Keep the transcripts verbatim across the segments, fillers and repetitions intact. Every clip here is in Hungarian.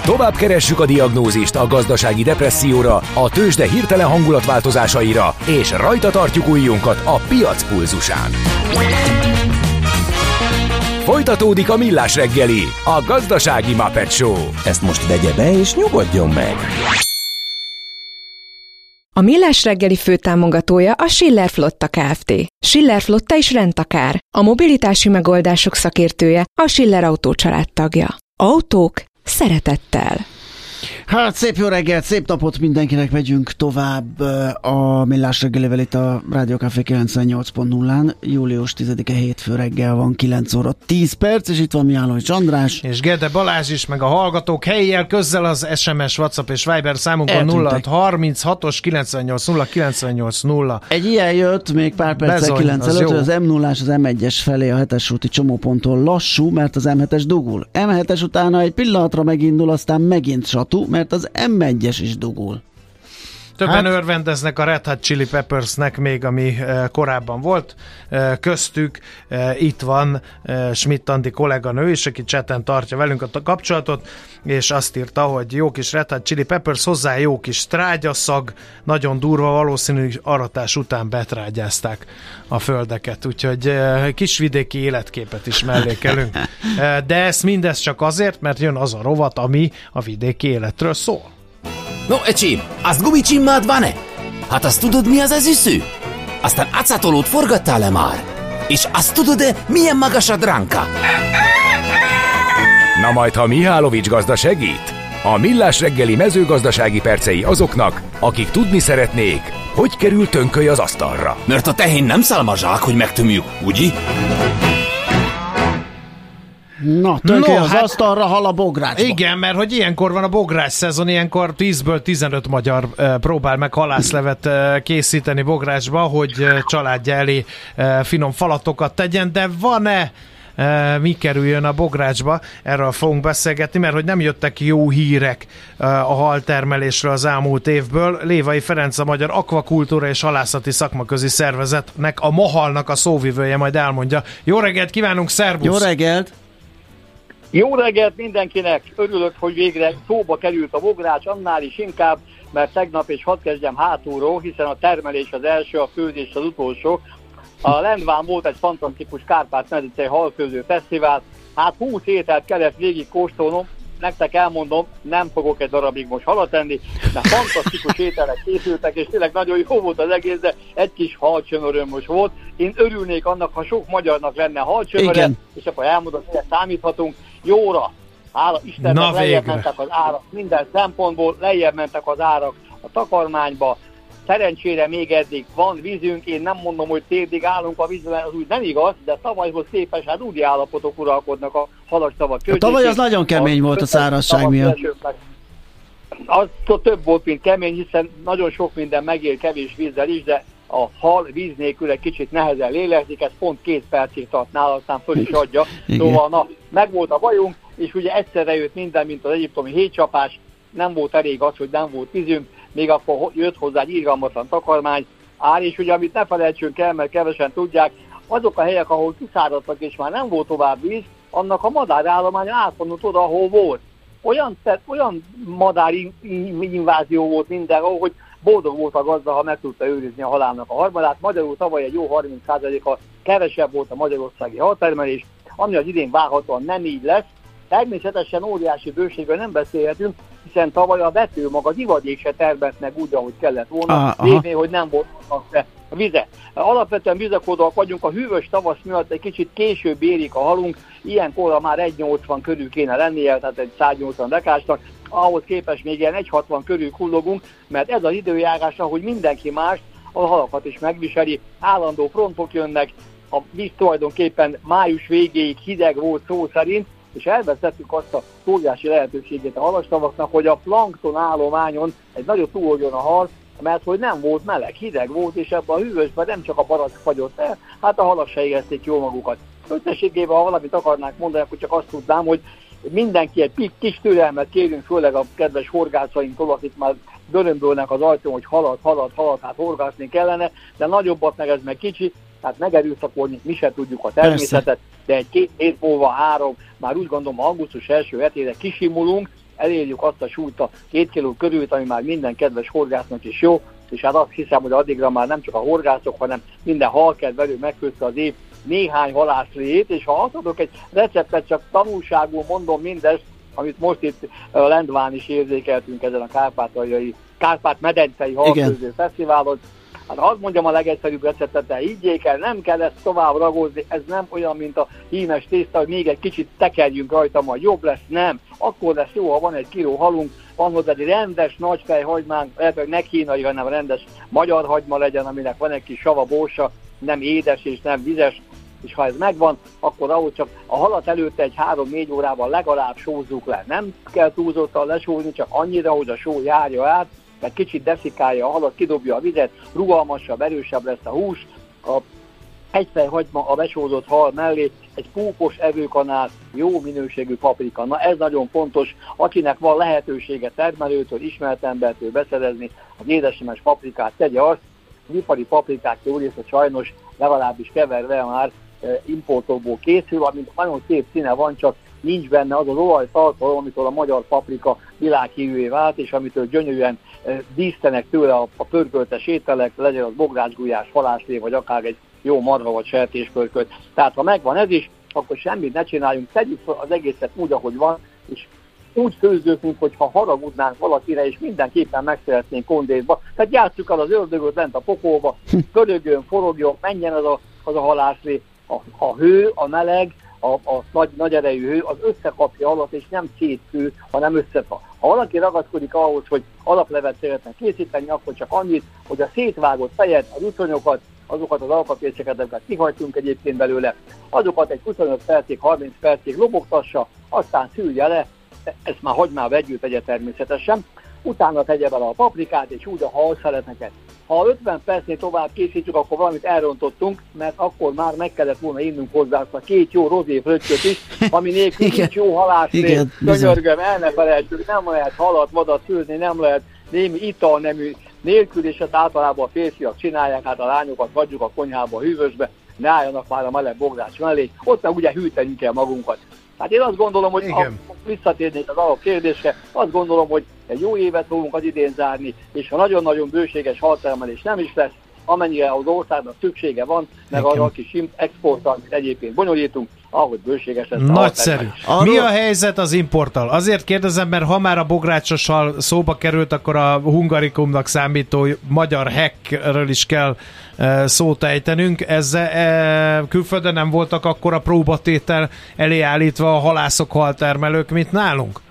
Tovább keressük a diagnózist a gazdasági depresszióra, a tőzsde hirtelen hangulatváltozásaira, és rajta tartjuk ujjunkat a piac pulzusán. Folytatódik a Millás reggeli, a gazdasági Muppet Show. Ezt most vegye be és nyugodjon meg! A Millás reggeli főtámogatója a Schiller Flotta Kft. Schiller Flotta is rendtakár. A mobilitási megoldások szakértője, a Schiller Autó család tagja. Autók szeretettel. Hát szép jó reggelt, szép napot mindenkinek, megyünk tovább a Millás reggelivel itt a Rádió Café kilencvennyolc pont nullán. július tizedike hétfő reggel van, kilenc óra tíz perc, és itt van Mihálovics András. És Gede Balázs is, meg a hallgatók helyjel közzel az es em es, WhatsApp és Viber számunkon nulla hat harminchatos kilencvennyolc nulla kilencvennyolc nulla. Egy ilyen jött még pár perccel kilenc előtt, hogy az em nullás az em egyes felé a hetes úti csomóponttól lassú, mert az em hetes dugul. em hetes utána egy pillanatra megindul, aztán megint satú, mert az em egyes is dugul. Többen hát, örvendeznek a Red Hot Chili Peppersnek még, ami uh, korábban volt. Uh, köztük uh, itt van uh, Schmidt Andi kolléganő is, aki chaten tartja velünk a kapcsolatot, és azt írta, hogy jó kis Red Hot Chili Peppers, hozzá jó kis trágyaszag, nagyon durva, valószínű aratás után betrágyázták a földeket, úgyhogy uh, kisvidéki életképet is mellékelünk. Uh, de ezt mindez csak azért, mert jön az a rovat, ami a vidéki életről szól. No, ecsim, azt gumicsimmád van-e? Hát azt tudod, mi az az üsző? Aztán acatolót forgattál-e már? És azt tudod-e, milyen magas a dránka? Na majd, ha Mihálovics gazda segít, a Millás reggeli mezőgazdasági percei azoknak, akik tudni szeretnék, hogy kerül tönköly az asztalra. Mert a tehén nem szálmazsák, hogy megtömjük, ugye? Na, tönké no, az hát, asztalra, hal a bográcsba. Igen, mert hogy ilyenkor van a bogrács szezon, ilyenkor tízből tizenöt magyar uh, próbál meg halászlevet uh, készíteni bográcsba, hogy uh, családja elé uh, finom falatokat tegyen, de van-e uh, mi kerüljön a bográcsba? Erről fogunk beszélgetni, mert hogy nem jöttek jó hírek uh, a haltermelésről az elmúlt évből. Lévai Ferenc, a Magyar Akvakultúra és Halászati Szakmaközi Szervezetnek, a Mahalnak a szóvivője, majd elmondja. Jó reggelt kívánunk, szervusz! Jó reggelt! Jó reggelt mindenkinek! Örülök, hogy végre szóba került a bogrács, annál is inkább, mert tegnap, és hadd kezdjem hátulról, hiszen a termelés az első, a főzés az utolsó. A Lendván volt egy fantasztikus Kárpát-medencei halfőző fesztivál, hát húsz ételt kellett végig kóstolnom, nektek elmondom, nem fogok egy darabig most halat enni, de fantasztikus ételek készültek, és tényleg nagyon jó volt az egész, de egy kis halcsömöröm most volt. Én örülnék annak, ha sok magyarnak lenne halcsömöre, és akkor elmondom, hogy számíthatunk. Jóra, hála Istennek, lejjebb mentek az árak, minden szempontból lejjebb mentek az árak a takarmányba. Szerencsére még eddig van vízünk, én nem mondom, hogy térdig állunk a vízben, az úgy nem igaz, de tavalyhoz képest hát úgy állapotok uralkodnak a halastavak között. Tavaly az nagyon kemény a volt a szárazság miatt. Az több volt, mint kemény, hiszen nagyon sok minden megér kevés vízzel is, de a hal víz nélkül egy kicsit nehezen lélegzik, ez pont két percig tart nála, aztán föl is adja. Szóval na, megvolt a bajunk, és ugye egyszerre jött minden, mint az egyiptomi hétcsapás, nem volt elég az, hogy nem volt vízünk, még akkor jött hozzá egy irgalmatlan takarmány ár, és ugye amit ne felejtsünk el, mert kevesen tudják, azok a helyek, ahol kiszáradtak és már nem volt tovább víz, annak a madárállománya átvonult oda, ahol volt. Olyan, tehát, olyan madár invázió volt mindenhol, hogy boldog volt a gazda, ha meg tudta őrizni a halálnak a harmadát. Magyarul tavaly egy jó harminc százaléka kevesebb volt a magyarországi haltermelés, ami az idén várhatóan nem így lesz. Természetesen óriási bőségről nem beszélhetünk, hiszen tavaly a vető maga, az ivadék se termett meg úgy, ahogy kellett volna, lévén, hogy nem volt a vize. Alapvetően bizakodóak vagyunk, a hűvös tavasz miatt egy kicsit később érik a halunk, ilyenkorra már egy nyolcvan körül kéne lennie, tehát egy száznyolcvan dekásnak, ahhoz képest még ilyen egy hatvan körül kullogunk, mert ez az időjárás, ahogy mindenki más, a halakat is megviseli, állandó frontok jönnek, a víz tulajdonképpen május végéig hideg volt szó szerint, és elvesztettük azt a óriási lehetőségét a halastavaknak, hogy a plankton állományon egy nagyot túlogjon a hal, mert hogy nem volt meleg, hideg volt, és ebben a hűvösben nem csak a barack fagyott el, hát a halak se érezték jó magukat. Összességében, ha valamit akarnák mondani, akkor csak azt tudnám, hogy mindenki egy kis türelmet kérünk, főleg a kedves horgászainktól, akik már dörömbölnek az ajtón, hogy halat, halat, halat, hát horgászni kellene, de nagyobbat meg ez meg kicsi, tehát megerőszakolni, mi se tudjuk a természetet, de egy két hét múlva három, már úgy gondolom augusztus első hetére kisimulunk, elérjük azt a súlyt, a két kiló körült, ami már minden kedves horgásznak is jó, és hát azt hiszem, hogy addigra már nem csak a horgászok, hanem minden halkedvelő megköszön az év néhány halászléjét, és ha azt adok egy receptet, csak tanulságú mondom mindezt, amit most itt a Lendván is érzékeltünk ezen a kárpátaljai, Kárpát-medencei halfőző fesztiválon. Hát azt mondjam a legegyszerűbb receptet, de higgyék el, nem kell ezt tovább ragózni, ez nem olyan, mint a hímes tészta, hogy még egy kicsit tekerjünk rajta, majd jobb lesz, nem. Akkor lesz jó, ha van egy kiló halunk, van hozzá egy rendes nagyfej hagymánk, lehet, hogy ne kínai, hanem rendes magyar hagyma legyen, aminek van egy kis sava, borsa, nem édes és nem vizes, és ha ez megvan, akkor ahhoz csak a halat előtte egy három-négy órával legalább sózzuk le. Nem kell túlzottan lesózni, csak annyira, hogy a só járja át, mert kicsit deszikálja a halat, kidobja a vizet, rugalmasabb, erősebb lesz a hús. A egyfej hagyma a besózott hal mellé, egy púpos evőkanál, jó minőségű paprika. Na ez nagyon fontos, akinek van lehetősége termelőtől, ismert embertől beszerezni az édesímes paprikát, tegye azt. Az ipari paprikák jó része sajnos legalábbis keverve már importokból készül, amit nagyon szép színe van, csak nincs benne az az olajtartalom, amitől a magyar paprika világhírűvé vált, és amitől gyönyörűen dísztenek tőle a, a pörköltes ételek, legyen az bográcsgulyás, halászlé, vagy akár egy jó marha vagy sertéspörkölt. Tehát ha megvan ez is, akkor semmit ne csináljunk, tegyük az egészet úgy, ahogy van, és úgy főzzük, mint hogyha haragudnánk valakire, és mindenképpen meg szeretnénk kondétba. Tehát játsszuk el az ördögöt lent a pokolba, pörögjön, forogjon, menjen az a, az a halászlé. A, a hő, a meleg, a, a nagy, nagy erejű hő, az összekapja alatt, és nem szétfő, hanem összefa. Ha valaki ragaszkodik ahhoz, hogy alaplevet szeretne készíteni, akkor csak annyit, hogy a szétvágott fejet, a ruszonyokat, azokat az alkatrészeket, amiket kihagytunk egyébként belőle, azokat egy huszonöt percig, harminc percig lobogtassa, aztán szülje le, ezt már hagymával együtt tegye természetesen, utána tegye bele a paprikát, és úgy a halszeleteket. Ha ötven percnél tovább készítjük, akkor valamit elrontottunk, mert akkor már meg kellett volna innunk hozzá azt a két jó rozé fröccsöt is, ami nélkül nincs jó halászlé, könyörgöm, el ne felejtsük, nem lehet halat, vadat főzni, nem lehet némi italnemű nélkül, és ezt általában a férfiak csinálják, hát a lányokat hagyjuk a konyhába, a hűvösbe, ne álljanak már a meleg bogrács mellé, ott meg ugye hűtenünk kell magunkat. Hát én azt gondolom, hogy a, visszatérnék az alapkérdésre, azt gondolom, hogy egy jó évet fogunk az idén zárni, és ha nagyon-nagyon bőséges haltermelés nem is lesz, amennyire az országnak szüksége van, meg arra a kis exporttal, amit egyébként bonyolítunk, ahogy bőséges lesz a nagyszerű. Mi a helyzet az importtal? Azért kérdezem, mert ha már a bográcsossal szóba került, akkor a hungarikumnak számító magyar hekkről is kell e, szót ejtenünk. Ezzel e, külföldön nem voltak akkor a próbatétel elé állítva a halászok, haltermelők, mint nálunk?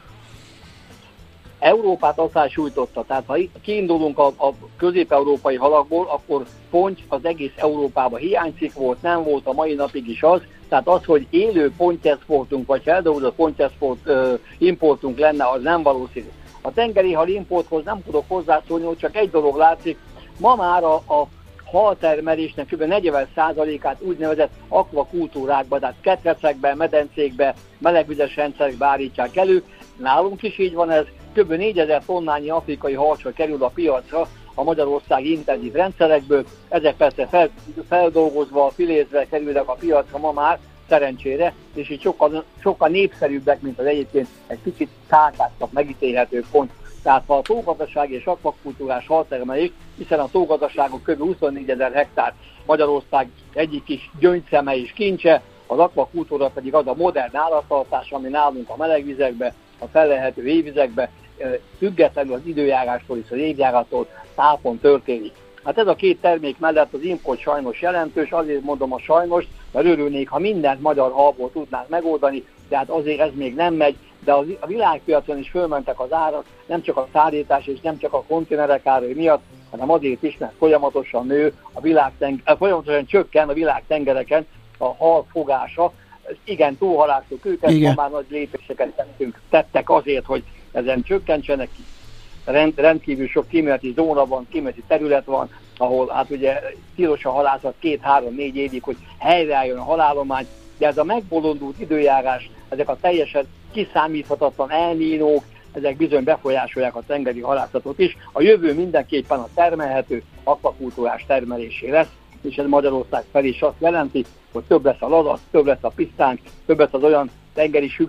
Európát aztán sújtotta, tehát ha kiindulunk a, a közép-európai halakból, akkor ponty az egész Európában hiányzik volt, nem volt a mai napig is az, tehát az, hogy élő pontyexportunk, vagy feldolgozott pontyexport importunk lenne, az nem valószínű. A tengeri hal importhoz nem tudok hozzászólni, hogy csak egy dolog látszik, ma már a, a haltermelésnek kb. negyven százalékát úgynevezett akvakultúrákba, tehát ketrecekbe, medencékbe, melegvizes rendszerekbe állítják elő. Nálunk is így van ez, kb. négyezer tonnányi afrikai halcsal kerül a piacra a magyarországi intenzív rendszerekből. Ezek persze fel, feldolgozva, filézve kerülnek a piacra ma már, szerencsére, és így sokkal, sokkal népszerűbbek, mint az egyébként egy kicsit kártyáknak megítélhető pont. Tehát ha a tógazdasági és akvakultúrás haltermelés, hiszen a tógazdaságok kb. huszonnégyezer hektár Magyarország egyik kis gyöngyszeme és kincse, az akvakultúra pedig az a modern állattartás, ami nálunk a melegvizekbe, a felelhető évvizekbe, függetlenül az időjárástól és az évjárattól tápon történik. Hát ez a két termék mellett az import sajnos jelentős, azért mondom a sajnos, mert örülnék, ha mindent magyar halból tudnánk megoldani, tehát azért ez még nem megy, de a világpiacon is fölmentek az árak, nem csak a szállítás és nem csak a konténerek árai miatt, hanem azért is, mert folyamatosan nő a világtenger, folyamatosan csökken a világtengereken a hal fogása. Igen, túlhalásztuk őket, igen. Ma már nagy lépéseket tettünk, tettek azért, hogy ezen csökkentsenek. Rend, rendkívül sok kíméleti zóna van, kíméleti terület van, ahol hát ugye tilos a halászat két-három-négy évig, hogy helyreálljon a halállomány, de ez a megbolondult időjárás, ezek a teljesen kiszámíthatatlan elnínók, ezek bizony befolyásolják a tengeri halászatot is. A jövő mindenképpen a termelhető akvakultúrás termelésé lesz, és ez Magyarország felé is azt jelenti, hogy több lesz a lazac, több lesz a pisztánk, több lesz az olyan tengeri sügér,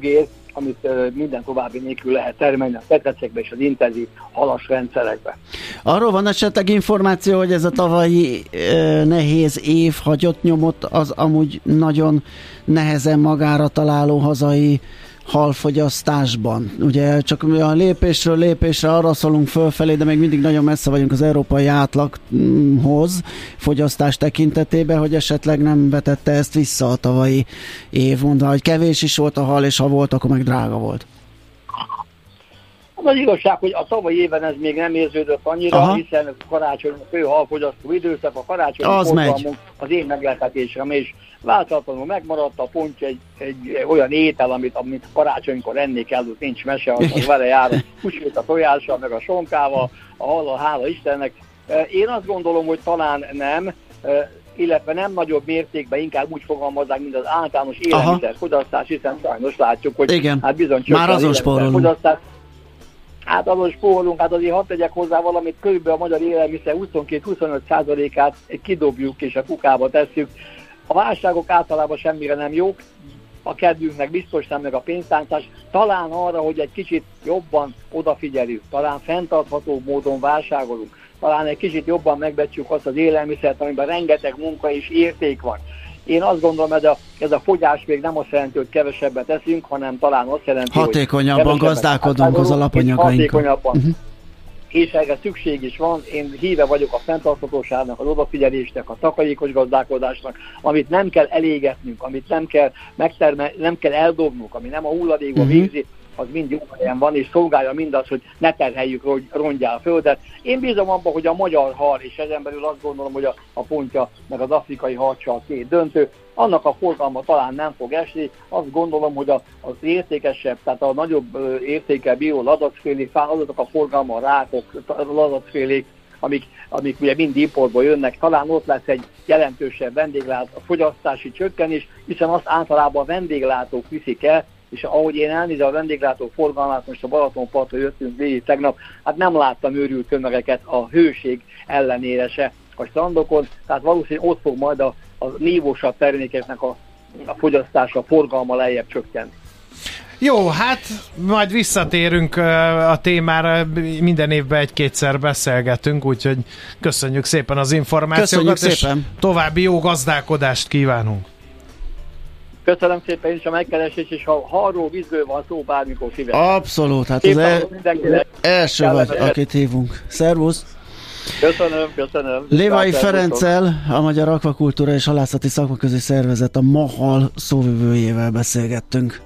amit minden további nélkül lehet termelni a ketrecekbe és az intenzív halas rendszerekbe. Arról van esetleg információ, hogy ez a tavalyi e, nehéz év hagyott nyomot az amúgy nagyon nehezen magára találó hazai halfogyasztásban. Ugye csak a lépésről lépésre arra szólunk fölfelé, de még mindig nagyon messze vagyunk az európai átlaghoz fogyasztás tekintetében, hogy esetleg nem vetette ezt vissza a tavalyi év, mondva, hogy kevés is volt a hal, és ha volt, akkor meg drága volt. Az igazság, hogy a tavalyi éven ez még nem érződött annyira, Aha. hiszen karácsony a fő halfogyasztó időszak, a karácsonyi az forgalmunk az én meglepetésem, és változatlanul megmaradt a pontja egy, egy olyan étel, amit, amit karácsonykor enni kell, ott nincs mese, az, az vele jár a húsvét a tojással, meg a sonkával, a hallal, hála Istennek. Én azt gondolom, hogy talán nem, illetve nem nagyobb mértékben, inkább úgy fogalmazzák, mint az általános élelmiszerfogyasztás, hiszen sajnos látjuk, hogy igen. hát bizony már azon spórolunk. Hát azon spórolunk, hát azért hadd tegyek hozzá valamit, körülbelül a magyar élelmiszer huszonkettő-huszonöt százalékát kidobjuk és a kukába tesszük. A válságok általában semmire nem jók, a kedvünknek biztos nem, meg a pénztáncás, talán arra, hogy egy kicsit jobban odafigyelünk, talán fenntartható módon válságolunk, talán egy kicsit jobban megbecsüljük azt az élelmiszert, amiben rengeteg munka és érték van. Én azt gondolom, ez a, ez a fogyás még nem azt jelenti, hogy kevesebbet eszünk, hanem talán azt jelenti, hatékonyabban hogy gazdálkodunk az alapanyagainkkal. Hatékonyabban. Uh-huh. És erre szükség is van. Én híve vagyok a fenntarthatóságnak, az odafigyelésnek, a takarékos gazdálkodásnak, amit nem kell elégetnünk, amit nem kell megtermel, nem kell eldobnunk, ami nem a hulladékba uh-huh. végzi, az mind jó helyen van, és szolgálja mindaz, hogy ne terheljük rongyá a földet. Én bízom abban, hogy a magyar hal, és ezen belül azt gondolom, hogy a, a pontja, meg az afrikai harcsa két döntő, annak a forgalma talán nem fog esni. Azt gondolom, hogy a, az értékesebb, tehát a nagyobb ö, értékkel bíró ladacfélék, azok a forgalma, a rákok, a ladacfélék, amik, amik ugye mind importból jönnek, talán ott lesz egy jelentősebb vendéglátó, a fogyasztási csökkenés, hiszen azt általában a vendéglátók viszik el, és ahogy én elnézem a vendéglátó forgalmát, most a Balatonpartra jöttünk végig tegnap, hát nem láttam őrült tömegeket a hőség ellenére se a strandokon, tehát valószínűleg ott fog majd a, a nívósabb termékeknek a, a fogyasztása, a forgalma lejjebb csökkenni. Jó, hát majd visszatérünk a témára, minden évben egy-kétszer beszélgetünk, úgyhogy köszönjük szépen az információkat, köszönjük és szépen. További jó gazdálkodást kívánunk. Köszönöm szépen is a megkeresés, és ha arról vízből van szó, bármikor szívesen. Abszolút, hát az el, első vagy, akit hívunk. Szervusz! Köszönöm, köszönöm. Lévai Ferenccel, a Magyar Akvakultúra és Halászati Szakmaközi Szervezet, a MAHAL szóvivőjével beszélgettünk.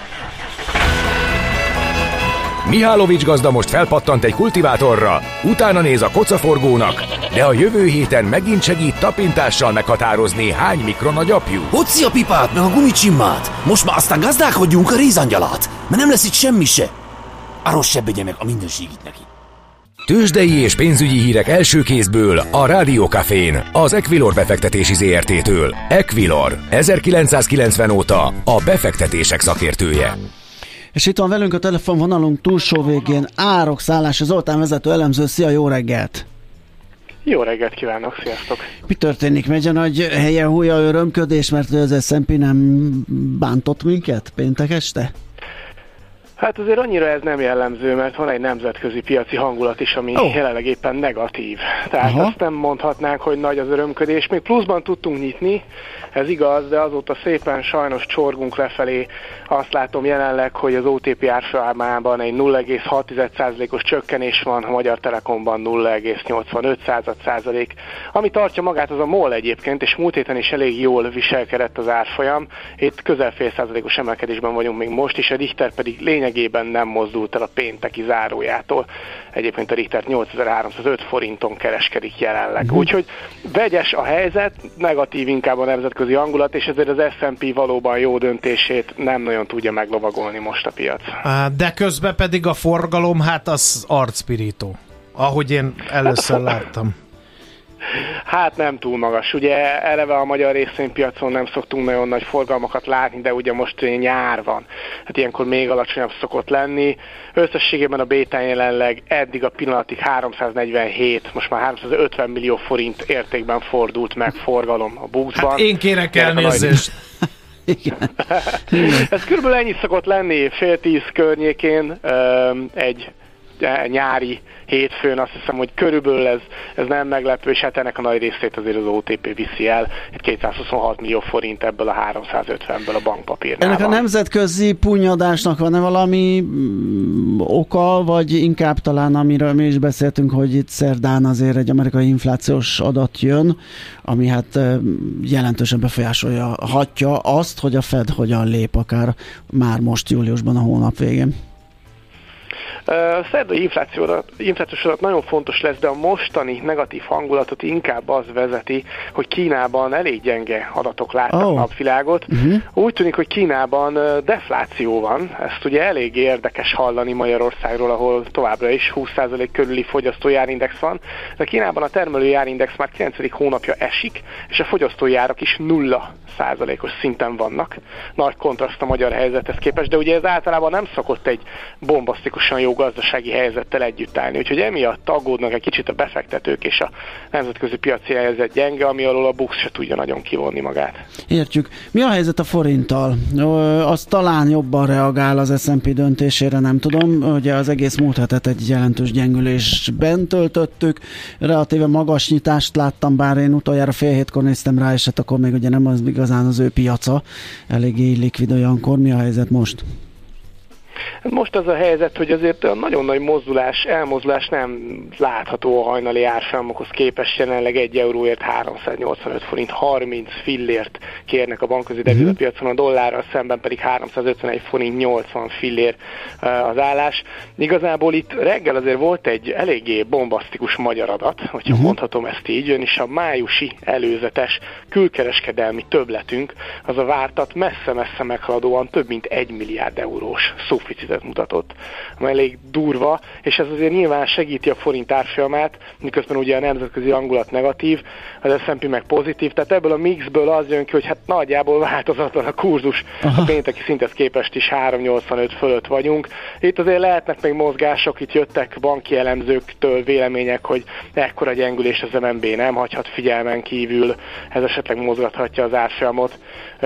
Mihálovics gazda most felpattant egy kultivátorra, utána néz a kocaforgónak, de a jövő héten megint segít tapintással meghatározni, hány mikron a gyapjú. Hoci a pipát, meg a gumicsimmát! Most már aztán gazdálkodjunk a rézangyalát, mert nem lesz itt semmi se. Arról sebbegye meg a mindenségit neki. Tőzsdei és pénzügyi hírek első kézből a Rádió Cafén, az Equilor befektetési zé er té-től. Equilor, ezerkilencszázkilencven óta a befektetések szakértője. És itt van velünk a telefonvonalunk túlsó végén Árok Szálás, Zoltán vezető elemző. Szia, jó reggelt! Jó reggelt kívánok, sziasztok! Mi történik? Megy a nagy helyen húja örömködés, mert az es and pé nem bántott minket péntek este? Hát azért annyira ez nem jellemző, mert van egy nemzetközi piaci hangulat is, ami oh. jelenleg éppen negatív. Tehát Aha. azt nem mondhatnánk, hogy nagy az örömködés. Még pluszban tudtunk nyitni, ez igaz, de azóta szépen sajnos csorgunk lefelé. Azt látom jelenleg, hogy az o té pé árfolyamában egy nulla egész hat százalékos csökkenés van, a Magyar Telekomban nulla egész nyolcvanöt százalék. Ami tartja magát, az a MOL egyébként, és múlt héten is elég jól viselkedett az árfolyam. Itt közel fél százalékos emelkedésben vagyunk még most, és a Richter pedig lényegében nem mozdult el a pénteki zárójától. Egyébként a Richter nyolcezer-háromszázöt forinton kereskedik jelenleg. Uh-huh. Úgyhogy vegyes a helyzet, negatív inkább a nemzetközi hangulat, és ezért az es and pé valóban jó döntését nem nagyon tudja meglovagolni most a piac. De közben pedig a forgalom, hát az arcpirító, ahogy én először hát, láttam. Hát nem túl magas. Ugye eleve a magyar részvénypiacon nem szoktunk nagyon nagy forgalmakat látni, de ugye most nyár van. Hát ilyenkor még alacsonyabb szokott lenni. Összességében a bétán jelenleg eddig a pillanatig háromszáznegyvenhét, most már háromszázötven millió forint értékben fordult meg forgalom a bukszban. Hát én kérek elnézést. Igen. Ez körülbelül ennyi szokott lenni, fél tíz környékén egy nyári hétfőn, azt hiszem, hogy körülbelül ez, ez nem meglepő, és hát ennek a nagy részét azért az o té pé viszi el. Itt kétszázhuszonhat millió forint ebből a háromszázötvenből a bankpapírnál. Ennek a nemzetközi punyadásnak van-e valami mm, oka, vagy inkább talán, amiről mi is beszéltünk, hogy itt szerdán azért egy amerikai inflációs adat jön, ami hát jelentősen befolyásolja hatja azt, hogy a Fed hogyan lép akár már most júliusban a hónap végén. A szerdai inflációs adat nagyon fontos lesz, de a mostani negatív hangulatot inkább az vezeti, hogy Kínában elég gyenge adatok látnak oh. napvilágot. Uh-huh. Úgy tűnik, hogy Kínában defláció van, ezt ugye elég érdekes hallani Magyarországról, ahol továbbra is húsz százalék körüli fogyasztói árindex van, de Kínában a termelői árindex már kilencedik hónapja esik, és a fogyasztói árak is nulla százalékos szinten vannak. Nagy kontraszt a magyar helyzethez képest, de ugye ez általában nem szokott egy bombasztikusan jó gazdasági helyzettel együtt állni. Úgyhogy emiatt aggódnak egy kicsit a befektetők, és a nemzetközi piaci helyzet gyenge, ami alól a BUX se tudja nagyon kivonni magát. Értjük. Mi a helyzet a forinttal? Az talán jobban reagál az es and pé döntésére, nem tudom. Ugye az egész múlt hetet egy jelentős gyengülésben töltöttük. Relatíve magas nyitást láttam, bár én utoljára fél hétkor néztem rá, és hát akkor még ugye nem az igazán az ő piaca. Eléggé likvid olyankor. Mi a helyzet most? Most az a helyzet, hogy azért a nagyon nagy mozdulás, elmozdulás nem látható a hajnali árfolyamokhoz képest, jelenleg egy euróért háromszáznyolcvanöt forint harminc fillért kérnek a bankközi devizapiacon, a dollárral szemben pedig háromszázötvenegy forint nyolcvan fillér az állás. Igazából itt reggel azért volt egy eléggé bombasztikus magyar adat, hogyha uh-huh. mondhatom ezt így, és a májusi előzetes külkereskedelmi többletünk az a vártat messze-messze meghaladóan több mint egy milliárd eurós szuficitet mutatott, ami elég durva, és ez azért nyilván segíti a forint árfolyamát, miközben ugye a nemzetközi hangulat negatív, az es and pé meg pozitív, tehát ebből a mixből az jön ki, hogy hát nagyjából változatlan a kurzus, aha. a pénteki szinthez képest is három nyolcvanöt fölött vagyunk. Itt azért lehetnek még mozgások, itt jöttek banki elemzőktől vélemények, hogy ekkora gyengülés az em en bé nem hagyhat figyelmen kívül, ez esetleg mozgathatja az árfolyamot.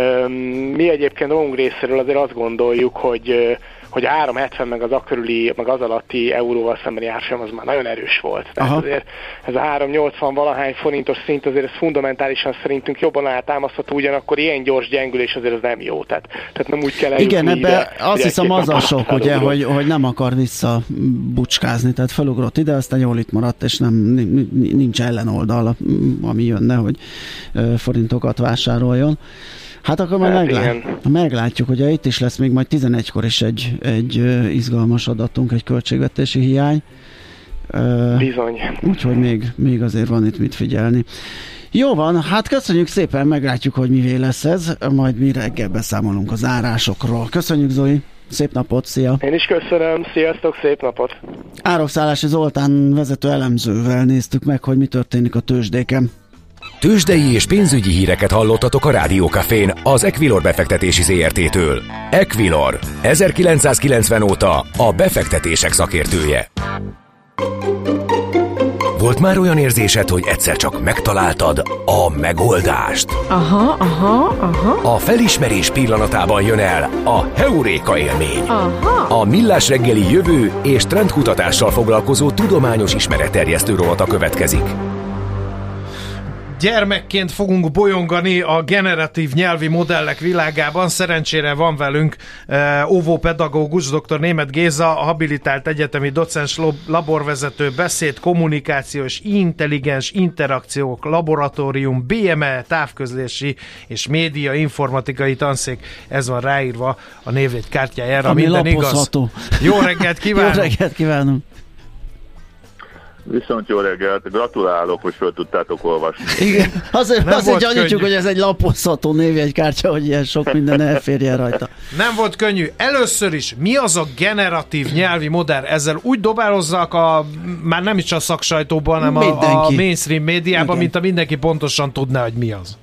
Mi egyébként magunk részéről azért azt gondoljuk, hogy hogy a három hetven meg az akörüli, meg az alatti euróval szembeni árfolyam az már nagyon erős volt. Tehát aha. azért ez a három nyolcvan valahány forintos szint azért ez fundamentálisan szerintünk jobban átámasztható, ugyanakkor ilyen gyors gyengülés azért az nem jó. Tehát, tehát nem úgy kell eljutni. Igen, ebben azt hiszem az a sok, ugye, hogy, hogy nem akar visszabucskázni, tehát felugrott ide, aztán jól itt maradt, és nem, nincs ellenoldal, ami jönne, hogy forintokat vásároljon. Hát akkor majd hát meglát, meglátjuk, hogy itt is lesz még majd tizenegykor is egy, egy izgalmas adatunk, egy költségvetési hiány. Bizony. Úgyhogy még, még azért van itt mit figyelni. Jó van, hát köszönjük szépen, meglátjuk, hogy mivé lesz ez, majd mi reggel beszámolunk az árásokról. Köszönjük, Zoli, szép napot, szia! Én is köszönöm, sziasztok, szép napot! Árokszállási Zoltán vezető elemzővel néztük meg, hogy mi történik a tőzsdéken. Tőzsdei és pénzügyi híreket hallottatok a Rádió Cafén az Equilor befektetési zé er té-től. Equilor, ezerkilencszázkilencven óta a befektetések szakértője. Volt már olyan érzésed, hogy egyszer csak megtaláltad a megoldást? Aha, aha, aha. A felismerés pillanatában jön el a heuréka élmény. Aha. A Millás reggeli jövő és trendkutatással foglalkozó tudományos ismeretterjesztő rovata következik. Gyermekként fogunk bolyongani a generatív nyelvi modellek világában. Szerencsére van velünk uh, óvópedagógus, dr. Németh Géza, habilitált egyetemi docens, laborvezető, beszéd, kommunikáció és intelligens interakciók laboratórium, bé em e, távközlési és média informatikai tanszék. Ez van ráírva a névjegykártyájára. Ami minden lapozható. Igaz. Jó reggelt kívánunk! Jó reggelt kívánunk! Viszont jó reggelt, gratulálok, hogy föl tudtátok olvasni. Igen, azért, azért gyanítjuk, hogy ez egy lapozható névjegykártya, hogy ilyen sok minden elférjen rajta. Nem volt könnyű. Először is, mi az a generatív nyelvi modell? Ezzel úgy dobálozzak a, már nem is a szaksajtóban, hanem a, a mainstream médiában, igen, mint a mindenki pontosan tudná, hogy mi az.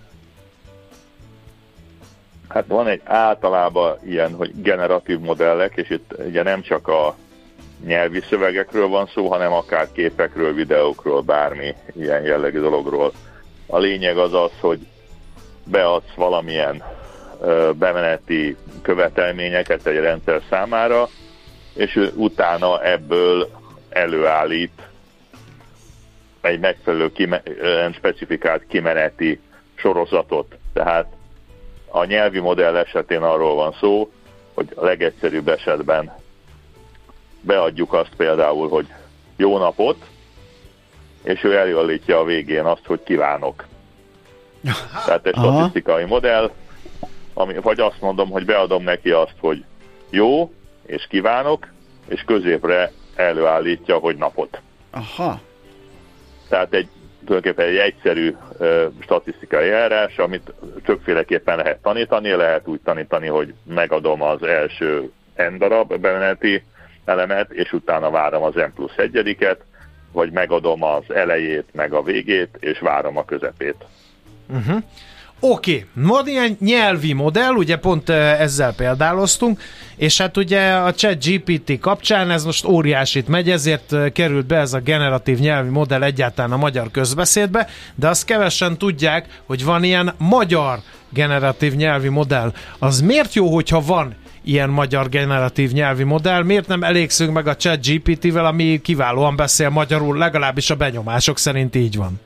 Hát van egy általában ilyen, hogy generatív modellek, és itt ugye nem csak a nyelvi szövegekről van szó, hanem akár képekről, videókról, bármi ilyen jellegű dologról. A lényeg az az, hogy beadsz valamilyen bemeneti követelményeket egy rendszer számára, és ő utána ebből előállít egy megfelelő kime- specifikált kimeneti sorozatot. Tehát a nyelvi modell esetén arról van szó, hogy a legegyszerűbb esetben beadjuk azt például, hogy jó napot, és ő előállítja a végén azt, hogy kívánok. Tehát egy statisztikai modell, ami, vagy azt mondom, hogy beadom neki azt, hogy jó, és kívánok, és középre előállítja, hogy napot. Aha. Tehát egy tulajdonképpen egy egyszerű uh, statisztikai eljárás, amit többféleképpen lehet tanítani, lehet úgy tanítani, hogy megadom az első n darab bemeneti elemet, és utána várom az n plusz egyediket, vagy megadom az elejét, meg a végét, és várom a közepét. Uh-huh. Oké, okay. Van ilyen nyelvi modell, ugye pont ezzel példáloztunk, és hát ugye a ChatGPT kapcsán ez most óriásit megy, ezért került be ez a generatív nyelvi modell egyáltalán a magyar közbeszédbe, de azt kevesen tudják, hogy van ilyen magyar generatív nyelvi modell. Az miért jó, hogyha van ilyen magyar generatív nyelvi modell? Miért nem elégszünk meg a ChatGPT-vel, ami kiválóan beszél magyarul, legalábbis a benyomások szerint így van?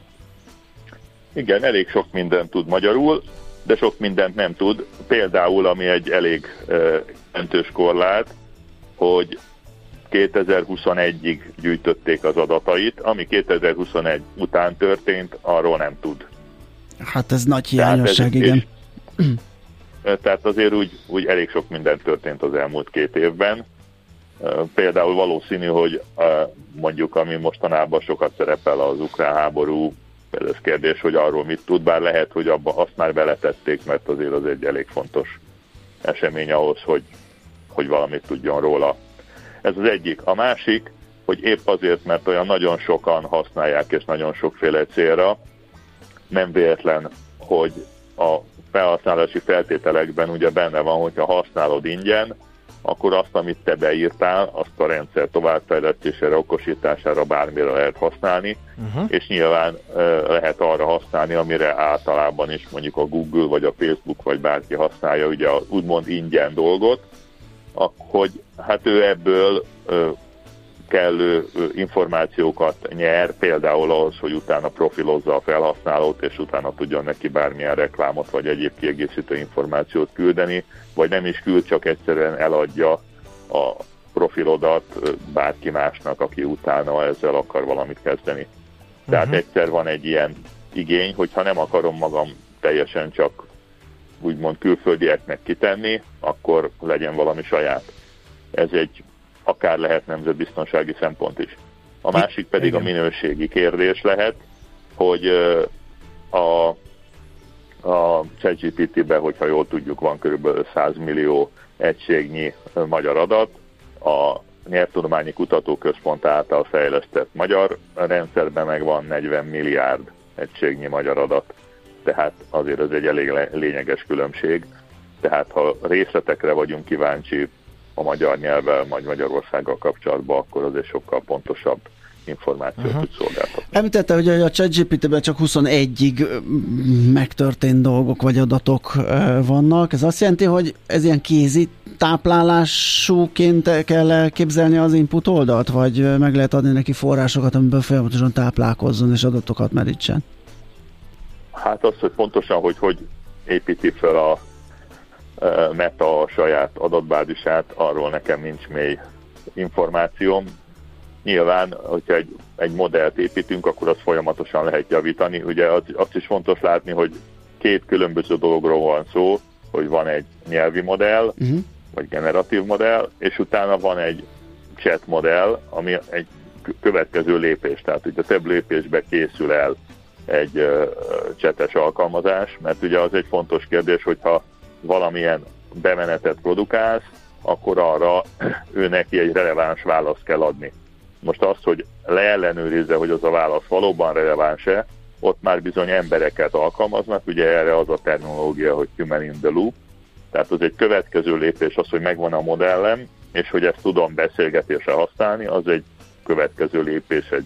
Igen, elég sok mindent tud magyarul, de sok mindent nem tud. Például, ami egy elég jelentős uh, korlát, hogy kétezer-huszonegyig gyűjtötték az adatait, ami kétezer-huszonegy után történt, arról nem tud. Hát ez nagy hiányosság, igen. És, tehát azért úgy, úgy elég sok minden történt az elmúlt két évben. Uh, például valószínű, hogy uh, mondjuk, ami mostanában sokat szerepel az ukrán háború, ez kérdés, hogy arról mit tud, bár lehet, hogy abba azt már beletették, mert azért az egy elég fontos esemény ahhoz, hogy, hogy valamit tudjon róla. Ez az egyik. A másik, hogy épp azért, mert olyan nagyon sokan használják, és nagyon sokféle célra, nem véletlen, hogy a felhasználási feltételekben ugye benne van, hogyha használod ingyen, akkor azt, amit te beírtál, azt a rendszer továbbfejlesztésére, okosítására, bármire lehet használni, uh-huh. és nyilván uh, lehet arra használni, amire általában is mondjuk a Google, vagy a Facebook, vagy bárki használja ugye az úgymond ingyen dolgot, hogy hát ő ebből uh, kellő uh, információkat nyer, például ahhoz, hogy utána profilozza a felhasználót, és utána tudjon neki bármilyen reklámot, vagy egyéb kiegészítő információt küldeni, vagy nem is küld, csak egyszerűen eladja a profilodat bárki másnak, aki utána ezzel akar valamit kezdeni. Tehát uh-huh. egyszer van egy ilyen igény, hogyha nem akarom magam teljesen csak úgymond külföldieknek kitenni, akkor legyen valami saját. Ez egy akár lehet nemzetbiztonsági szempont is. A másik pedig igen. a minőségi kérdés lehet, hogy a, a ChatGPT-be, hogyha jól tudjuk, van körülbelül száz millió egységnyi magyar adat, a Nyelvtudományi Kutatóközpont által fejlesztett magyar rendszerben meg van negyven milliárd egységnyi magyar adat. Tehát azért ez egy elég lényeges különbség. Tehát ha részletekre vagyunk kíváncsi a magyar nyelvvel, vagy Magyarországgal kapcsolatban, akkor az egy sokkal pontosabb információt uh-huh. tud szolgáltatni. Említette, hogy a ChatGPT-ben csak huszonegyig megtörtént dolgok vagy adatok vannak. Ez azt jelenti, hogy ez ilyen kézi táplálásúként kell elképzelni az input oldalt, vagy meg lehet adni neki forrásokat, amiből folyamatosan táplálkozzon és adatokat merítsen? Hát az, hogy pontosan, hogy hogy építi fel a Meta a saját adatbázisát, arról nekem nincs mély információm. Nyilván, hogyha egy, egy modellt építünk, akkor azt folyamatosan lehet javítani. Ugye az, azt is fontos látni, hogy két különböző dologról van szó, hogy van egy nyelvi modell, uh-huh. vagy generatív modell, és utána van egy chat modell, ami egy következő lépés. Tehát ugye több lépésbe készül el egy uh, chates alkalmazás, mert ugye az egy fontos kérdés, hogyha valamilyen bemenetet produkálsz, akkor arra ő neki egy releváns választ kell adni. Most azt, hogy leellenőrizze, hogy az a válasz valóban releváns-e, ott már bizony embereket alkalmaznak, ugye erre az a terminológia, hogy human in the loop, tehát az egy következő lépés az, hogy megvan a modellem, és hogy ezt tudom beszélgetésre használni, az egy következő lépés egy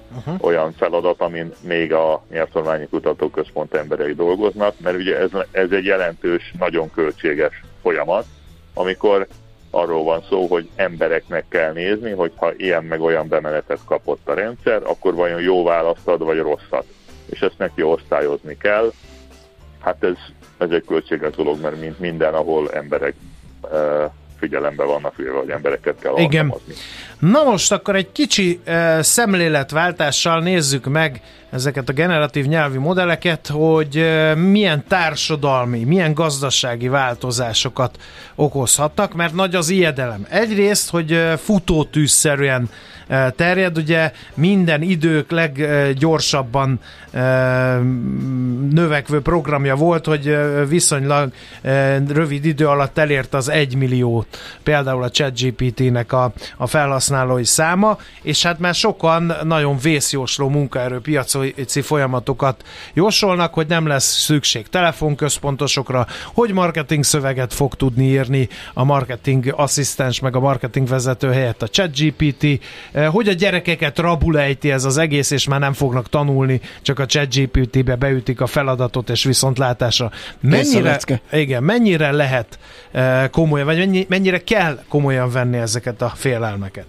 uh-huh. olyan feladat, amin még a Nyelvtanulmányi Kutatóközpont emberei dolgoznak, mert ugye ez, ez egy jelentős, nagyon költséges folyamat, amikor arról van szó, hogy embereknek kell nézni, hogyha ilyen meg olyan bemenetet kapott a rendszer, akkor vajon jó választ ad, vagy rosszat. És ezt neki osztályozni kell. Hát ez, ez egy költséges dolog, mert mint minden, ahol emberek uh, figyelembe vannak, vagy embereket kell alkalmazni. Na most akkor egy kicsi uh, szemléletváltással nézzük meg ezeket a generatív nyelvi modelleket, hogy uh, milyen társadalmi, milyen gazdasági változásokat okozhatnak, mert nagy az ijedelem. Egyrészt, hogy uh, futótűzszerűen uh, terjed, ugye minden idők leggyorsabban uh, növekvő programja volt, hogy uh, viszonylag uh, rövid idő alatt elért az egymilliót, például a ChatGPT-nek a, a felhasználói száma, és hát már sokan nagyon vészjósló munkaerőpiacon folyamatokat jósolnak, hogy nem lesz szükség telefonközpontosokra, hogy marketing szöveget fog tudni írni a marketing asszisztens meg a marketing vezető helyett a ChatGPT, hogy a gyerekeket rabul ejti ez az egész, és már nem fognak tanulni, csak a ChatGPT-be beütik a feladatot, és viszontlátásra. Mennyire, igen, mennyire lehet komolyan, vagy mennyi, mennyire kell komolyan venni ezeket a félelmeket?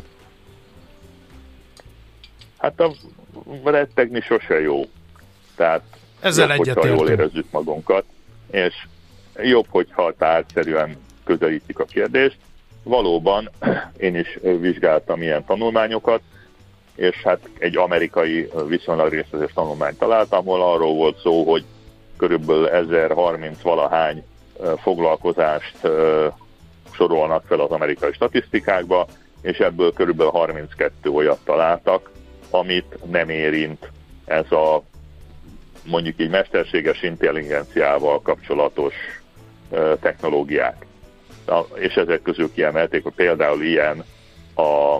Hát a rettegni sose jó. Tehát ezzel jobb, hogyha jól érezzük magunkat, és jobb, hogyha tárgyszerűen közelítik a kérdést. Valóban én is vizsgáltam ilyen tanulmányokat, és hát egy amerikai viszonylag részletes tanulmányt találtam, ahol arról volt szó, hogy körülbelül ezerharminc valahány foglalkozást sorolnak fel az amerikai statisztikákba, és ebből körülbelül harminckettő olyat találtak, amit nem érint ez a mondjuk így mesterséges intelligenciával kapcsolatos uh, technológiák. Na, és ezek közül kiemelték, hogy például ilyen a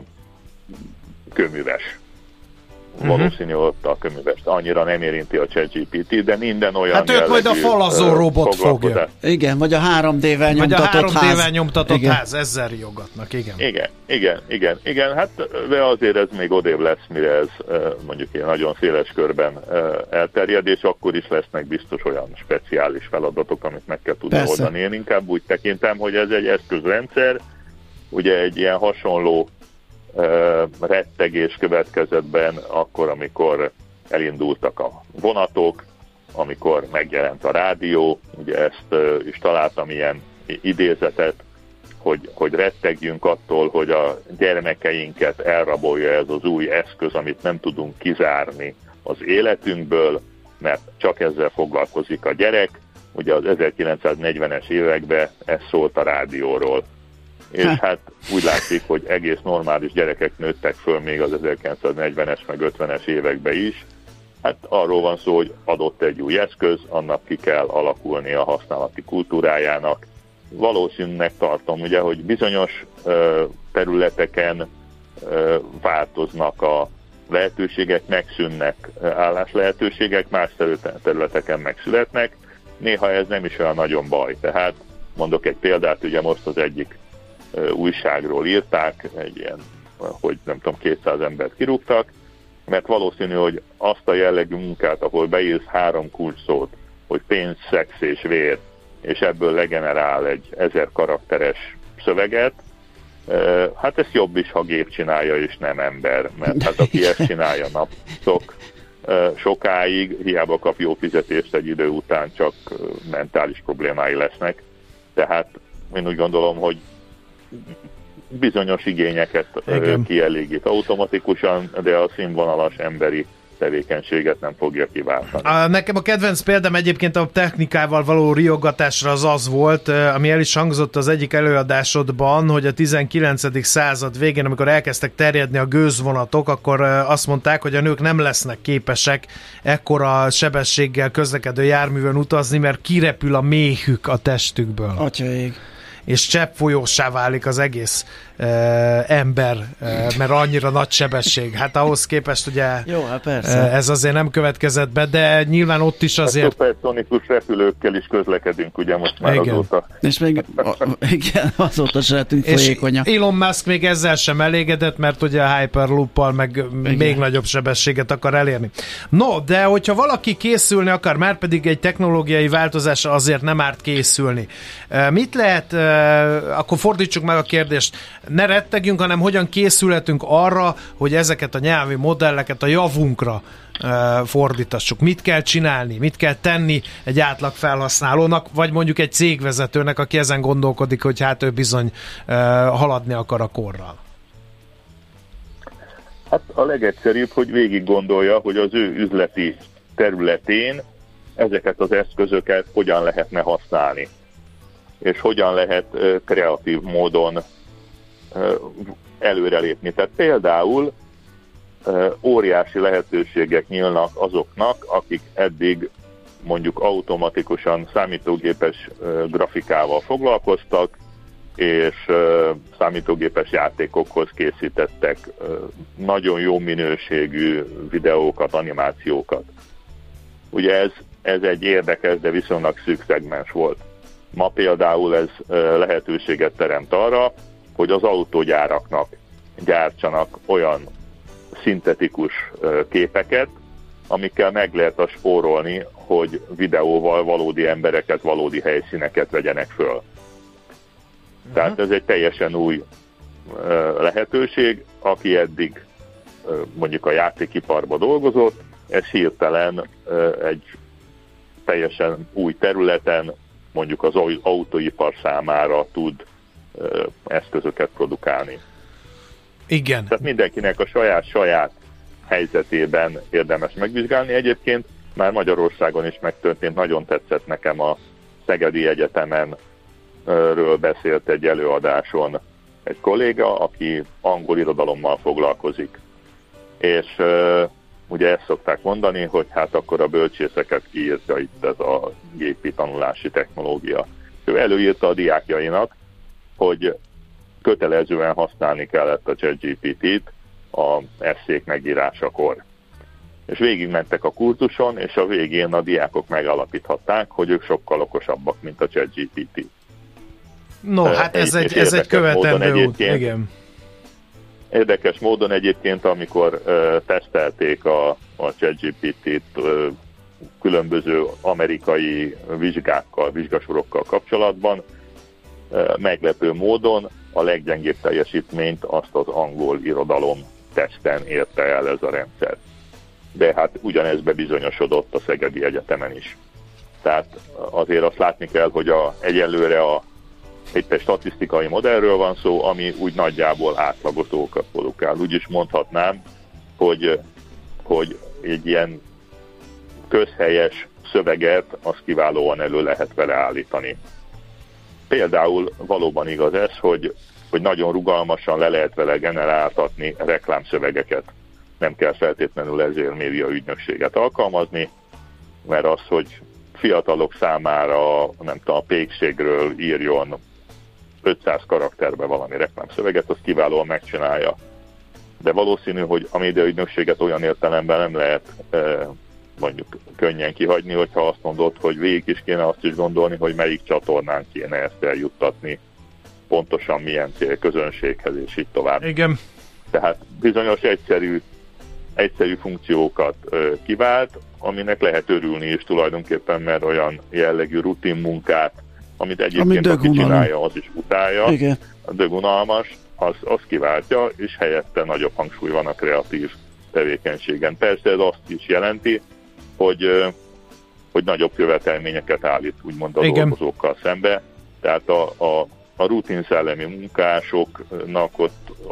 kőműves. Uh-huh. Valószínű, ott a köművest annyira nem érinti a ChatGPT, de minden olyan hát ők majd a falazó robot fogja. Igen, vagy a három dé-vel nyomtatott ház. Vagy a három dé-vel nyomtatott igen. ház, ezzel riogatnak, igen. Igen, igen, igen, igen, hát de azért ez még odébb lesz, mire ez mondjuk ilyen nagyon széles körben elterjed, és akkor is lesznek biztos olyan speciális feladatok, amit meg kell tudni Persze. oldani. Én inkább úgy tekintem, hogy ez egy eszközrendszer, ugye egy ilyen hasonló Uh, rettegés következetben akkor, amikor elindultak a vonatok, amikor megjelent a rádió, ugye ezt uh, is találtam ilyen idézetet, hogy, hogy rettegjünk attól, hogy a gyermekeinket elrabolja ez az új eszköz, amit nem tudunk kizárni az életünkből, mert csak ezzel foglalkozik a gyerek. Ugye az ezerkilencszáznegyvenes években ez szólt a rádióról. És hát úgy látszik, hogy egész normális gyerekek nőttek föl még az ezerkilencszáznegyvenes meg ötvenes években is. Hát arról van szó, hogy adott egy új eszköz, annak ki kell alakulni a használati kultúrájának. Valószínűleg tartom, ugye, hogy bizonyos ö, területeken ö, változnak a lehetőségek, megszűnnek álláslehetőségek, más területeken megszületnek. Néha ez nem is olyan nagyon baj. Tehát mondok egy példát, ugye most az egyik újságról írták, egy ilyen, hogy nem tudom, kétszáz embert kirúgtak, mert valószínű, hogy azt a jellegű munkát, ahol beírsz három kulcsszót, hogy pénz, szex és vér, és ebből legenerál egy ezer karakteres szöveget, hát ez jobb is, ha gép csinálja, és nem ember, mert hát aki ezt csinálja napszok sokáig, hiába kap jó fizetést egy idő után, csak mentális problémái lesznek. Tehát én úgy gondolom, hogy bizonyos igényeket Igen. kielégít automatikusan, de a színvonalas emberi tevékenységet nem fogja kiváltani. A, nekem a kedvenc példám egyébként a technikával való riogatásra az az volt, ami el is hangzott az egyik előadásodban, hogy a tizenkilencedik század végén, amikor elkezdtek terjedni a gőzvonatok, akkor azt mondták, hogy a nők nem lesznek képesek ekkora sebességgel közlekedő járművön utazni, mert kirepül a méhük a testükből. Atyaég. és cseppfolyóssá válik az egész uh, ember, uh, mert annyira nagy sebesség. Hát ahhoz képest ugye Jó, hát persze. Uh, ez azért nem következett be, de nyilván ott is azért... A szuperszonikus repülőkkel is közlekedünk, ugye most már igen. azóta. És még a, igen, azóta se lehetünk folyékonyak. És Elon Musk még ezzel sem elégedett, mert ugye a Hyperloop-pal meg igen. még nagyobb sebességet akar elérni. No, de hogyha valaki készülni akar, már pedig egy technológiai változásra azért nem árt készülni. Mit lehet, akkor fordítsuk meg a kérdést, ne rettegjünk, hanem hogyan készülhetünk arra, hogy ezeket a nyelvi modelleket a javunkra fordítassuk. Mit kell csinálni, mit kell tenni egy átlag felhasználónak, vagy mondjuk egy cégvezetőnek, aki ezen gondolkodik, hogy hát ő bizony haladni akar a korral. Hát a legegyszerűbb, hogy végig gondolja, hogy az ő üzleti területén ezeket az eszközöket hogyan lehetne használni, és hogyan lehet kreatív módon előrelépni. Tehát például óriási lehetőségek nyílnak azoknak, akik eddig mondjuk automatikusan számítógépes grafikával foglalkoztak, és számítógépes játékokhoz készítettek nagyon jó minőségű videókat, animációkat. Ugye ez, ez egy érdekes, de viszonylag szűk szegmens volt. Ma például ez lehetőséget teremt arra, hogy az autógyáraknak gyártsanak olyan szintetikus képeket, amikkel meg lehet a spórolni, hogy videóval valódi embereket, valódi helyszíneket vegyenek föl. Uh-huh. Tehát ez egy teljesen új lehetőség, aki eddig mondjuk a játékiparban dolgozott, ez hirtelen egy teljesen új területen, mondjuk az autóipar számára tud eszközöket produkálni. Igen. Tehát mindenkinek a saját-saját helyzetében érdemes megvizsgálni. Egyébként már Magyarországon is megtörtént, nagyon tetszett nekem a Szegedi Egyetemen ről beszélt egy előadáson egy kolléga, aki angol irodalommal foglalkozik. És uh, ugye ezt szokták mondani, hogy hát akkor a bölcsészeket kiírta itt ez a gépi tanulási technológia. Ő előírta a diákjainak, hogy kötelezően használni kellett a ChatGPT-t a esszék megírásakor. És végigmentek a kurzuson, és a végén a diákok megalapíthatták, hogy ők sokkal okosabbak, mint a ChatGPT. No, hát ez egy, ez egy követendő út, igen. Érdekes módon egyébként, amikor uh, tesztelték a, a ChatGPT-t uh, különböző amerikai vizsgákkal, vizsgasorokkal kapcsolatban, uh, meglepő módon a leggyengébb teljesítményt azt az angol irodalom teszten érte el ez a rendszer. De hát ugyanez bebizonyosodott a Szegedi Egyetemen is. Tehát azért azt látni kell, hogy a, egyelőre a itt egy statisztikai modellről van szó, ami úgy nagyjából átlagos dolgokat produkál. Úgy is mondhatnám, hogy, hogy egy ilyen közhelyes szöveget az kiválóan elő lehet vele állítani. Például valóban igaz ez, hogy, hogy nagyon rugalmasan le lehet vele generáltatni reklámszövegeket. Nem kell feltétlenül ezért médiaügynökséget alkalmazni, mert az, hogy fiatalok számára nem tudom, a pékségről írjon ötszáz karakterbe valami reklámszöveget, az kiválóan megcsinálja. De valószínű, hogy a médiaügynökséget olyan értelemben nem lehet e, mondjuk könnyen kihagyni, hogyha azt mondod, hogy végig is kéne azt is gondolni, hogy melyik csatornán kéne ezt eljuttatni, pontosan milyen célközönséghez, és így tovább. Igen. Tehát bizonyos egyszerű, egyszerű funkciókat e, kivált, aminek lehet örülni is tulajdonképpen, mert olyan jellegű rutin munkát, amit egyébként Ami aki csinálja, az is utálja, igen. A dögunalmas, az, az kiváltja, és helyette nagyobb hangsúly van a kreatív tevékenységen. Persze ez azt is jelenti, hogy, hogy nagyobb követelményeket állít úgymond a igen. dolgozókkal szembe, tehát a, a, a rutin szellemi munkásoknak ott, ott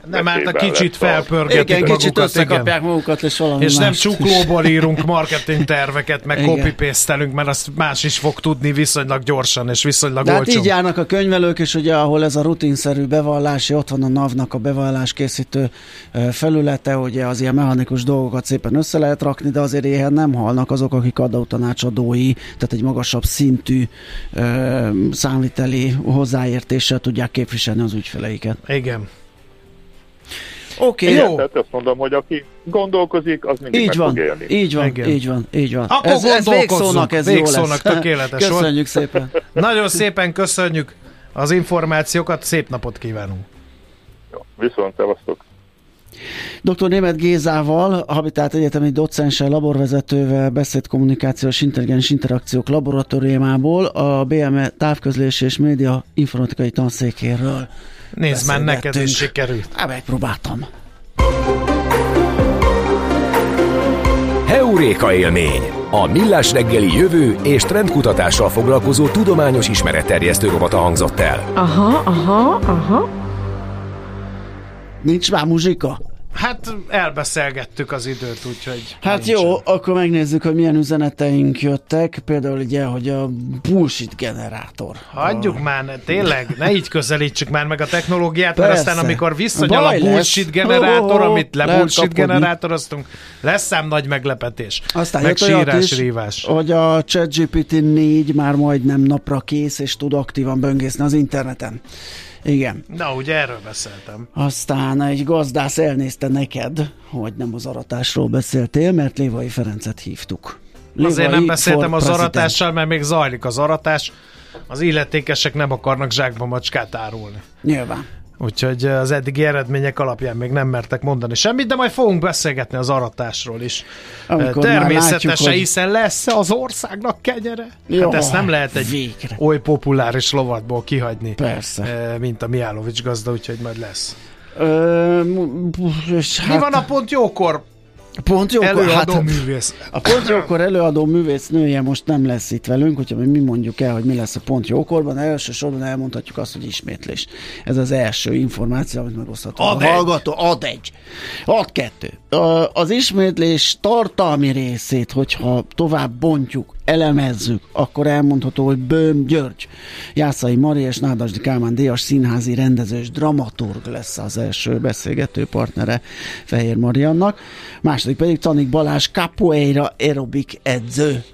Nem, hát a kicsit felpörgetik igen, magukat. kicsit összekapják igen. magukat, és valami És nem mást. csuklóból írunk marketing terveket, meg copy-paste-telünk, mert azt más is fog tudni viszonylag gyorsan, és viszonylag de olcsón. Hát így járnak a könyvelők, és ugye ahol ez a rutinszerű bevallási, ott van a NAV-nak a bevallás készítő felülete, ugye az ilyen mechanikus dolgokat szépen össze lehet rakni, de azért éhen nem halnak azok, akik adótanácsadói, tehát egy magasabb szintű ö, számviteli hozzáértéssel tudják képviselni az ügyfeleiket. Igen. Oké, okay, jó. Tehát azt mondom, hogy aki gondolkozik, az mindig így meg van, fog élni. így van, igen. így van, így van. Akkor ez, ez végszónak, ez végszónak, jó lesz. tökéletes. Köszönjük szépen. Nagyon szépen köszönjük az információkat, szép napot kívánunk. Jó, viszont szevasztok. doktor Németh Gézával, a Habitat Egyetemi docenssel, laborvezetővel, beszédkommunikációs intelligens interakciók laboratóriumából, a bé em e távközlés és média informatikai tanszékéről. Nézd már, neked is sikerült. Hát megpróbáltam. Heuréka élmény. A Millás reggeli jövő és trendkutatással foglalkozó tudományos ismeretterjesztő rovata hangzott el. Aha, aha, aha. Nincs már muzsika? Hát elbeszélgettük az időt, úgyhogy... Hát nincsen. jó, akkor megnézzük, hogy milyen üzeneteink jöttek. Például ugye, hogy a bullshit generátor. Hagyjuk oh. már, tényleg, ne így közelítsük már meg a technológiát, Persze. mert aztán amikor visszanyal Baj a bullshit lesz. generátor, Oh, oh, oh. amit le Lehet bullshit kapodni. generátoroztunk, lesz ám nagy meglepetés. Aztán meg jött olyat sírás, is, rívás. hogy a ChatGPT négy már majdnem napra kész, és tud aktívan böngészni az interneten. Igen. Na, ugye erről beszéltem. Aztán egy gazdász elnézte neked, hogy nem az aratásról beszéltél, mert Lévai Ferencet hívtuk. Lévai Azért nem beszéltem az president. aratással, mert még zajlik az aratás. Az illetékesek nem akarnak zsákba macskát árulni. Nyilván. Úgyhogy az eddigi eredmények alapján még nem mertek mondani semmit, de majd fogunk beszélgetni az aratásról is. Amikor természetesen, látjuk, hogy... hiszen lesz az országnak kenyere. Jó, hát ezt nem lehet egy végre. oly populáris lovatból kihagyni, Persze. mint a Mijálovics gazda, úgyhogy majd lesz. Ö, és Mi hát... van a Pont Jókor Pont jókor, előadó hát, művész? A Pont Jókor előadó művész nője most nem lesz itt velünk, úgyhogy mi mondjuk el, hogy mi lesz a Pont Jókorban. Elsősorban elmondhatjuk azt, hogy ismétlés. Ez az első információ, amit megoszthatunk. Ad a hallgató, ad egy. Ad kettő. Az ismétlés tartalmi részét, hogyha tovább bontjuk, elemezzük, akkor elmondható, hogy Böhm György, Jászai Mari és Nádasdy Kálmán díjas színházi rendező és dramaturg lesz az első beszélgető partnere Fehér Mariannak. Második pedig Czanik Balázs, capoeira aerobik edző.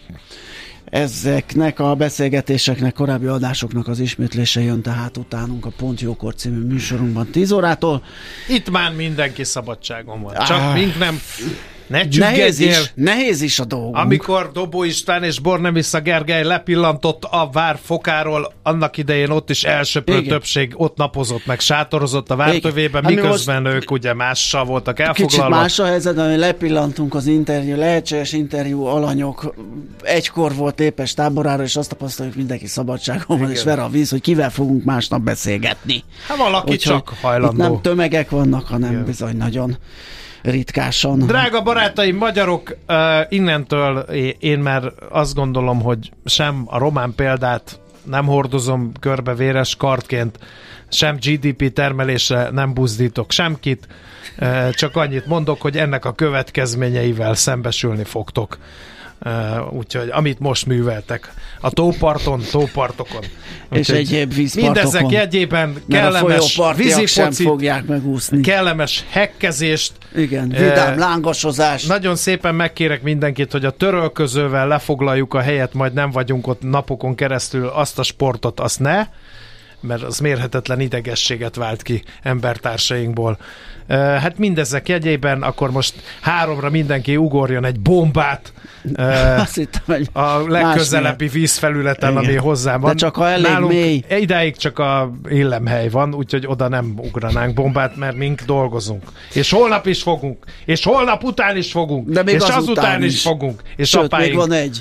Ezeknek a beszélgetéseknek, korábbi adásoknak az ismétlése jön tehát utánunk a Pont Jókor című műsorunkban tíz órától. Itt már mindenki szabadságon van. Csak Ah. mink nem... Ne Nehéz csüggedjél. is, nehéz is a dolgunk. Amikor Dobó István és Bornemisza Gergely lepillantott a vár fokáról, annak idején ott is elsöprő Igen. többség ott napozott, meg sátorozott a vártövében, Igen. miközben Ami ők ugye mással voltak Kicsit elfoglalva. más a helyzet, hogy lepillantunk az interjú, lehetséges interjú alanyok egykor volt épes táborára, és azt tapasztaljuk, mindenki szabadságon van, és ver a víz, hogy kivel fogunk másnap beszélgetni. Hát valaki Úgyhogy csak hajlandó. itt nem tömegek vannak, hanem Igen. bizony nagyon ritkásan. Drága barátaim, magyarok, uh, innentől én már azt gondolom, hogy sem a román példát nem hordozom körbe véres kardként, sem gé dé pé termelésre nem buzdítok semkit, uh, csak annyit mondok, hogy ennek a következményeivel szembesülni fogtok. Uh, úgyhogy amit most műveltek a tóparton, tópartokon. És Úgyhogy egyéb vízpartokon. mindezek jegyében Mert a kellemes folyópartiak sem vízipocit, fogják megúszni. kellemes hekkezést. Igen, vidám Eh, lángosozás. Nagyon szépen megkérek mindenkit, hogy a törölközővel lefoglaljuk a helyet, majd nem vagyunk ott napokon keresztül, azt a sportot, azt ne, mert az mérhetetlen idegességet vált ki embertársainkból. Uh, hát mindezek jegyében akkor most háromra mindenki ugorjon egy bombát uh, Azt hittem, hogy a legközelebbi vízfelületen, Igen. ami hozzá van. De csak ha elég Nálunk mély. Idáig csak a illemhely van, úgyhogy oda nem ugranánk bombát, mert mink dolgozunk. És holnap is fogunk. És holnap után is fogunk. De még és azután azután is. is fogunk. És Sőt, apáink még van egy.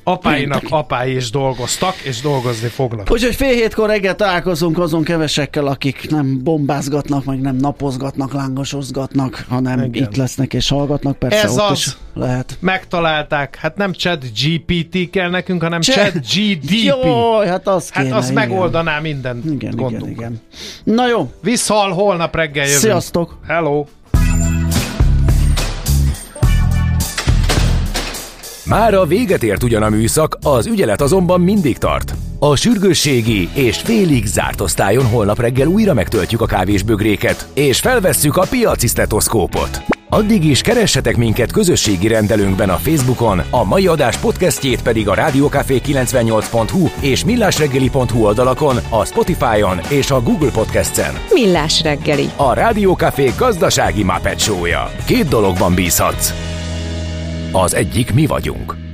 apáinak apái is dolgoztak, és dolgozni fognak. Úgyhogy fél hétkor reggel találkozunk azon kevesekkel, akik nem bombázgatnak, meg nem napozgatnak, lángosozgatnak, hanem igen. itt lesznek és hallgatnak. Persze ez ott az, is lehet. Megtalálták. Hát nem Chat gé pé té kell nekünk, hanem Chat gé dé pé. Jaj, hát az Hát kéne, az igen. megoldaná minden igen, gondunk. Igen, igen. Na jó. Visszhal, holnap reggel jövünk. Sziasztok. Hello. Mára véget ért ugyan a műszak, az ügyelet azonban mindig tart. A sürgősségi és félig zárt osztályon holnap reggel újra megtöltjük a kávésbögréket, és felvesszük a piaci sztetoszkópot. Addig is keressetek minket közösségi rendelőnkben a Facebookon, a mai adás podcastjét pedig a rádiókafé kilencvennyolc pont hu és millásreggeli pont hu oldalakon, a Spotify-on és a Google Podcast-en. Millás reggeli. A Rádiókafé gazdasági Muppet Show-ja. Két dologban bízhatsz. Az egyik mi vagyunk.